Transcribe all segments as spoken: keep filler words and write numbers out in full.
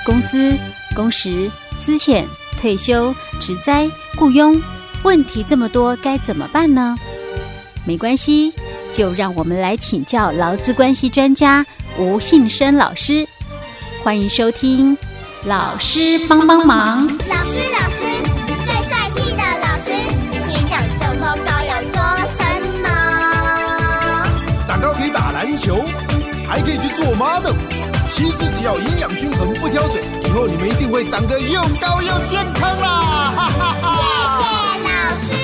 工资、工时、资遣、退休、职灾、雇佣，问题这么多，该怎么办呢？没关系，就让我们来请教劳资关系专家吴信生老师。欢迎收听老师帮帮忙。 老师，老师，最帅气的老师，你长这么高要做什么？ 长高可以打篮球，还可以去做 model。其实只要营养均衡，不挑嘴，以后你们一定会长得又高又健康啦！哈哈哈！ 谢谢老师。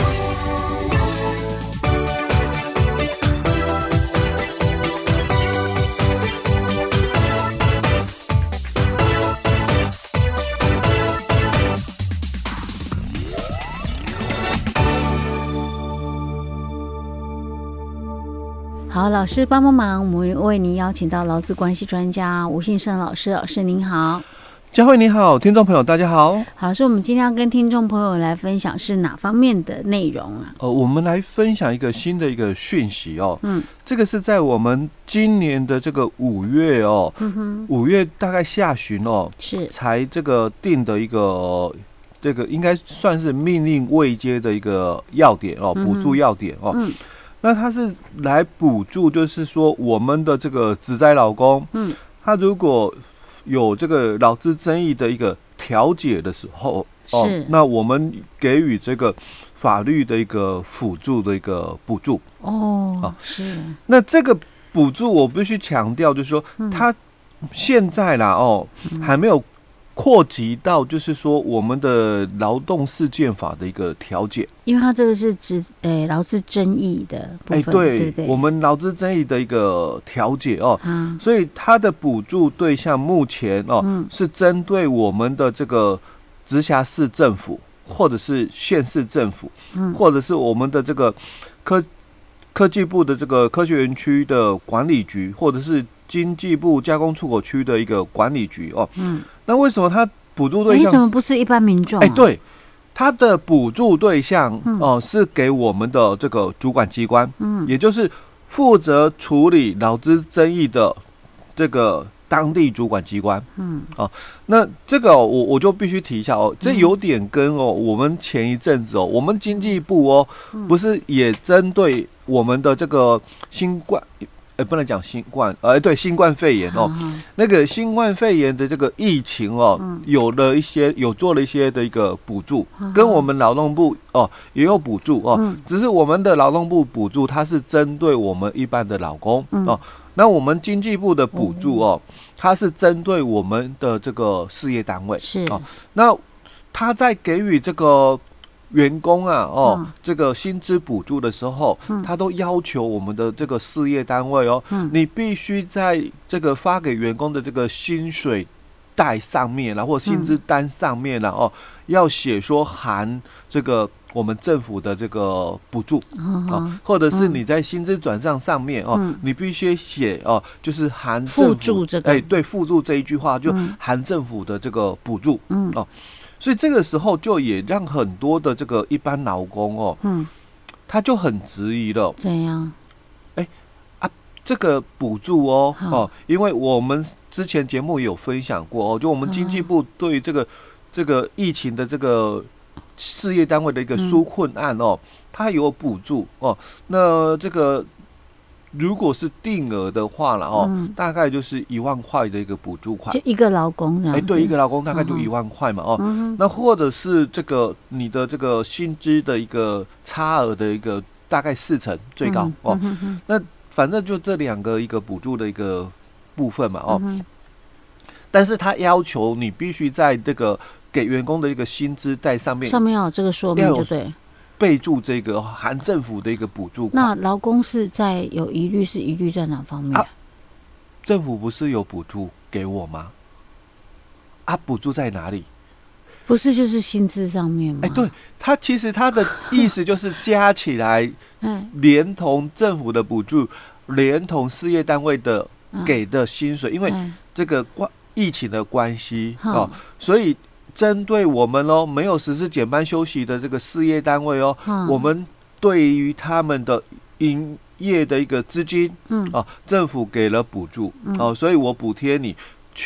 好，老师帮帮忙，我们为您邀请到劳资关系专家吴信生老师。老师您好。 佳慧你好，听众朋友大家好。 好，老师，我们今天要跟听众朋友来分享是哪方面的内容啊？ 呃，我们来分享一个新的一个讯息哦。嗯，这个是在我们今年的这个五月哦，嗯哼，五月大概下旬哦，是才这个定的一个这个应该算是命令位阶的一个要点哦，补助要点哦。嗯。那他是来补助，就是说我们的这个职灾劳工，嗯，他如果有这个劳资争议的一个调解的时候，哦，那我们给予这个法律的一个辅助的一个补助，哦，啊，是。那这个补助我必须强调，就是说，他现在啦，哦，还没有扩及到就是说我们的劳动事件法的一个调解， 因为它这个是指诶劳资争议的部分，哎、欸，对，对不对？ 我们劳资争议的一个调解哦，嗯、所以它的补助对象目前哦、嗯、是针对我们的这个直辖市政府或者是县市政府，嗯，或者是我们的这个科科技部的这个科学园区的管理局，或者是经济部加工出口区的一个管理局哦，嗯。那为什么他补助对象？为什么不是一般民众、啊？ 哎、欸，对，他的补助对象哦、嗯呃、是给我们的这个主管机关，嗯，也就是负责处理劳资争议的这个当地主管机关，嗯，哦、呃，那这个、哦、我我就必须提一下哦，这有点跟哦我们前一阵子哦，我们经济部哦，嗯、不是也针对我们的这个新冠。哎、欸，不能讲新冠，呃，对，新冠肺炎哦，嗯、那个新冠肺炎的这个疫情哦，嗯、有了一些，有做了一些的一个补助，嗯、跟我们劳动部哦也有补助哦，嗯、只是我们的劳动部补助它是针对我们一般的劳工、嗯、哦，那我们经济部的补助哦，嗯、它是针对我们的这个事业单位是哦，那他在给予这个。员工啊，哦，嗯、这个薪资补助的时候，嗯、他都要求我们的这个事业单位哦，嗯、你必须在这个发给员工的这个薪水袋上面啦，或薪资单上面啦，哦，要写说含这个我们政府的这个补助，嗯、哦，或者是你在薪资转账上面哦，嗯、你必须写哦，就是含政府附注这个， 哎，对，附注这一句话就含政府的这个补助，嗯，哦。所以这个时候就也让很多的这个一般劳工哦，嗯，他就很质疑了。 怎样？ 哎、欸、啊，这个补助哦哦，因为我们之前节目有分享过哦，就我们经济部对这个、嗯、这个疫情的这个事业单位的一个纾困案哦，嗯、它有补助哦。那这个如果是定额的话了哦，嗯、大概就是一万块的一个补助款， 就一个劳工这样。 哎，对，一个劳工大概就一万块嘛，哦，嗯、那或者是这个你的这个薪资的一个差额的一个大概四成最高、嗯、哦，嗯嗯、那反正就这两个一个补助的一个部分嘛，哦，嗯、但是他要求你必须在这个给员工的一个薪资袋上面， 上面要有这个说明，对对。 备注这个含政府的一个补助款。 那劳工是在有疑虑，是疑虑在哪方面？啊， 政府不是有补助给我吗？啊，补助在哪里？ 不是就是薪资上面吗？ 哎、欸，对，他其实他的意思就是加起来，连同政府的补助，连同事业单位的给的薪水，因为这个关疫情的关系哦，所以。针对我们哦，没有实施减班休息的这个事业单位哦，嗯、我们对于他们的营业的一个资金，嗯，哦，政府给了补助，嗯、哦，所以我补贴你去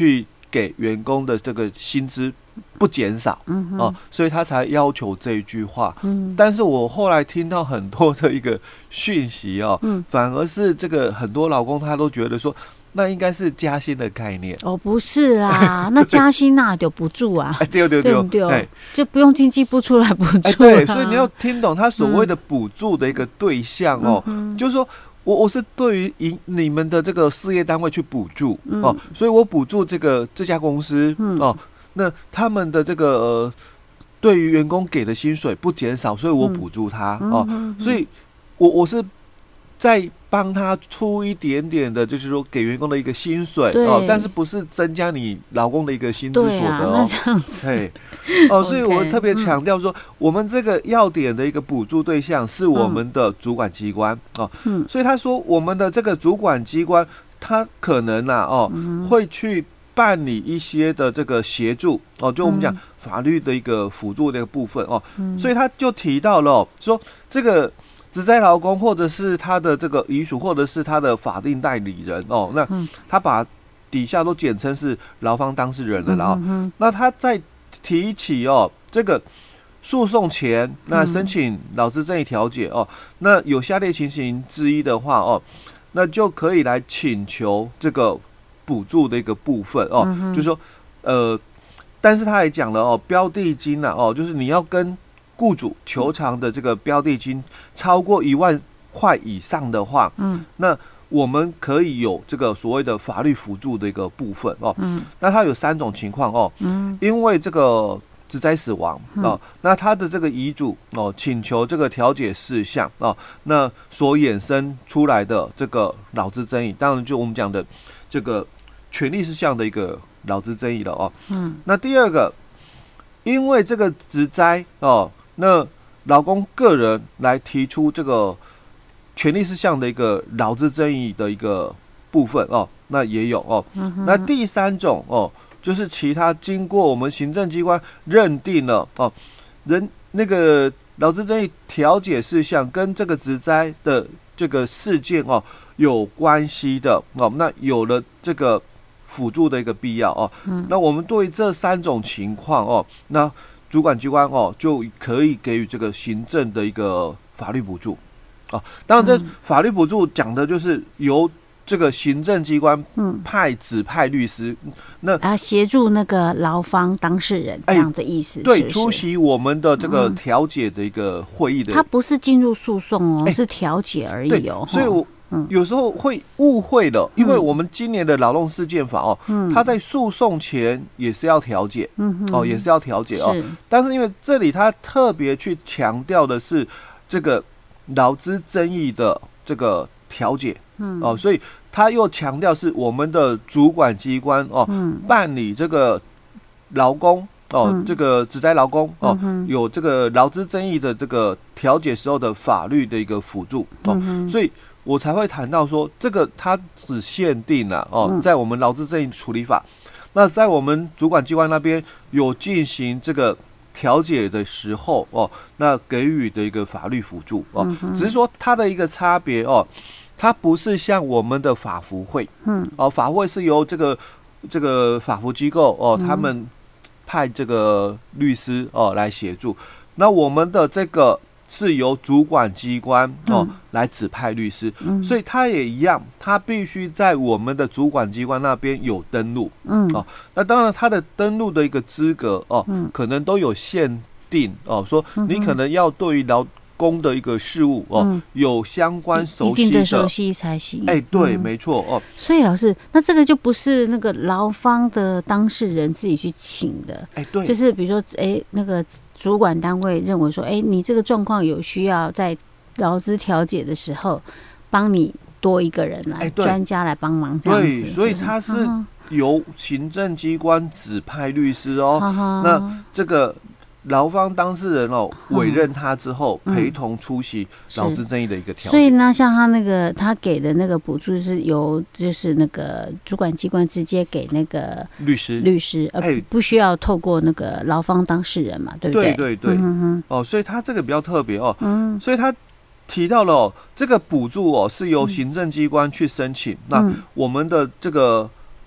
给员工的这个薪资不减少，嗯哦，所以他才要求这一句话。嗯，但是我后来听到很多的一个讯息哦，嗯，反而是这个很多劳工他都觉得说，那应该是加薪的概念。 哦，不是啦，那加薪那就补助啊， 哎，对对对，对不对？ 哎，就不用经济部出来补助。哎， 对，所以你要听懂他所谓的补助的一个对象哦，嗯、就是说。我我是对于你们的这个事业单位去补助、嗯、哦，所以我补助这个这家公司、嗯、哦，那他们的这个、呃、对于员工给的薪水不减少，所以我补助他、嗯、哦、嗯，所以我我是在帮他出一点点的，就是说给员工的一个薪水哦，但是不是增加你劳工的一个薪资所得哦。 那这样子， 对哦，所以我特别强调说，我们这个要点的一个补助对象是我们的主管机关哦。嗯，所以他说我们的这个主管机关，他可能啊哦、嗯、会去办理一些的这个协助哦，就我们讲法律的一个辅助的一个部分哦。嗯，所以他就提到了、哦、说这个。职灾劳工，或者是他的这个遗属，或者是他的法定代理人哦，那他把底下都简称是劳方当事人了啦、哦嗯。那他在提起哦这个诉讼前，那申请劳资争议调解哦，那有下列情形之一的话哦，那就可以来请求这个补助的一个部分哦，嗯、就是说呃，但是他还讲了哦，标的金啊哦，就是你要跟雇主求偿的这个标的金超过一万块以上的话，嗯，那我们可以有这个所谓的法律辅助的一个部分哦，嗯，那它有三种情况哦，嗯，因为这个职灾死亡哦，那他的这个遗嘱哦，请求这个调解事项哦，那所衍生出来的这个劳资争议，当然就我们讲的这个权利事项的一个劳资争议了哦，嗯，那第二个，因为这个职灾哦。那劳工个人来提出这个权利事项的一个劳资争议的一个部分哦，那也有哦。嗯、那第三种哦，就是其他经过我们行政机关认定了哦，人那个劳资争议调解事项跟这个职灾的这个事件哦有关系的哦，那有了这个辅助的一个必要哦。嗯、那我们对这三种情况哦，那主管机关哦，就可以给予这个行政的一个法律补助啊。当然，这法律补助讲的就是由这个行政机关派指派律师，嗯、那啊协助那个劳方当事人这样的意思。 欸、对， 是是出席我们的这个调解的一个会议的。 他不是进入诉讼哦，欸、是调解而已哦。 所以我。嗯、有时候会误会了，因为我们今年的劳动事件法哦，嗯、它在诉讼前也是要调解，嗯、哦，也是要调解哦。但是因为这里它特别去强调的是这个劳资争议的这个调解，嗯、哦，所以他又强调是我们的主管机关哦，嗯、办理这个劳工哦，嗯、这个职灾劳工哦，嗯、有这个劳资争议的这个调解时候的法律的一个辅助哦，嗯、所以。我才会谈到说，这个它只限定了哦，在我们劳资争议处理法，那在我们主管机关那边有进行这个调解的时候哦，那给予的一个法律辅助哦，只是说它的一个差别哦，它不是像我们的法服会，嗯，哦，法会是由这个这个法服机构哦，他们派这个律师哦来协助，那我们的这个。是由主管机关哦、嗯、来指派律师，嗯、所以他也一样，他必须在我们的主管机关那边有登录，嗯哦，那当然他的登录的一个资格哦，嗯、可能都有限定哦，说你可能要对于劳工的一个事务哦、嗯、有相关熟悉的，一定的熟悉才行。 哎、欸，对，嗯、没错哦。 所以老师，那这个就不是那个劳方的当事人自己去请的，哎、欸，对，就是比如说，哎、欸，那个。主管单位认为说，哎、欸，你这个状况有需要在劳资调解的时候，帮你多一个人来，专、欸、家来帮忙这样子。 对，所以他是由行政机关指派律师哦。嗯、那这个劳方当事人哦委任他之后，嗯、陪同出席劳资争议的一个调解。 所以呢，像他那个他给的那个补助是由就是那个主管机关直接给那个律师律师，而不需要透过那个劳方当事人嘛，对不对？ 对对对，嗯、哦，所以他这个比较特别哦，嗯，所以他提到了哦，这个补助哦是由行政机关去申请，嗯、那我们的这个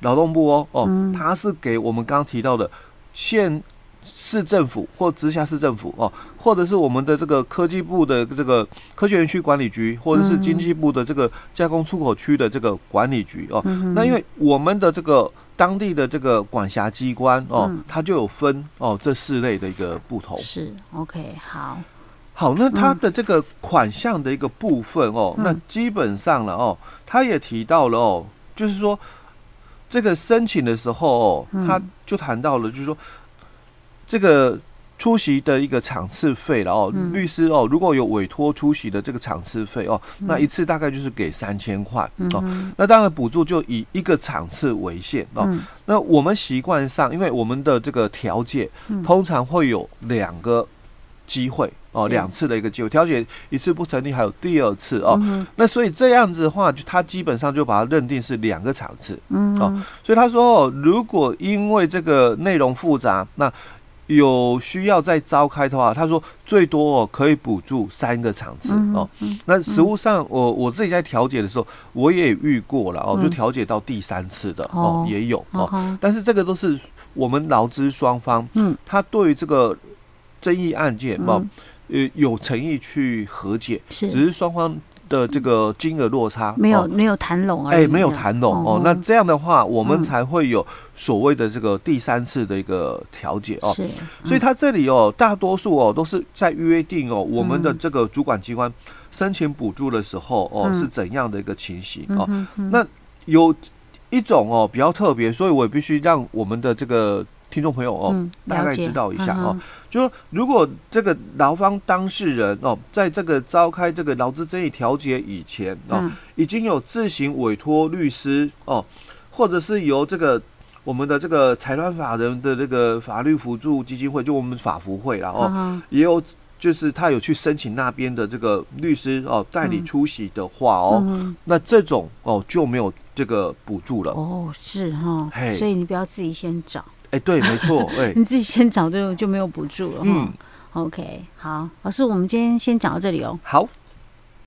劳动部哦哦， 嗯它是给我们刚刚提到的县市政府或直辖市政府哦，或者是我们的这个科技部的这个科学园区管理局，或者是经济部的这个加工出口区的这个管理局哦。 嗯、 那因为我们的这个当地的这个管辖机关哦， 嗯、 它就有分哦这四类的一个不同。 是 OK 好。 好，那它的这个款项的一个部分哦，嗯、那基本上了哦，他也提到了哦，就是说这个申请的时候哦，嗯、他就谈到了，就是说这个出席的一个场次费了哦，嗯、律师哦，如果有委托出席的这个场次费哦，嗯、那一次大概就是给三千块哦。嗯、那当然补助就以一个场次为限哦。嗯、那我们习惯上，因为我们的这个调解、嗯、通常会有两个机会。哦，两次的一个机会，调解一次不成立，还有第二次哦。嗯、那所以这样子的话，就他基本上就把它认定是两个场次。嗯，哦，所以他说哦，如果因为这个内容复杂，那有需要再召开的话，他说最多哦可以补助三个场次、嗯、哦。嗯、那实务上，我我自己在调解的时候，我也遇过了哦，嗯、就调解到第三次的、嗯、哦，也有哦。嗯、但是这个都是我们劳资双方，嗯，他对于这个争议案件哦。嗯呃，有诚意去和解，是只是双方的这个金额落差没有、哦、没有谈拢而已， 哎、欸，没有谈拢哦。那这样的话，我们才会有所谓的这个第三次的一个调解哦。是，所以他这里哦，大多数哦都是在约定哦，我们的这个主管机关申请补助的时候哦、嗯、是怎样的一个情形哦。嗯嗯、那有一种哦比较特别，所以我也必须让我们的这个听众朋友哦、嗯、大概知道一下哦。嗯就是说，如果这个劳方当事人哦，在这个召开这个劳资争议调解以前哦，嗯、已经有自行委托律师哦，或者是由这个我们的这个财团法人的这个法律辅助基金会，就我们法福会啦哦，嗯、也有就是他有去申请那边的这个律师哦代理出席的话哦，嗯、那这种哦就没有这个补助了哦，是哈，所以你不要自己先找。 哎、欸，对，没错，哎、欸， 你自己先找就就没有补助了，嗯 ，OK， 好，老师，我们今天先讲到这里哦。 好。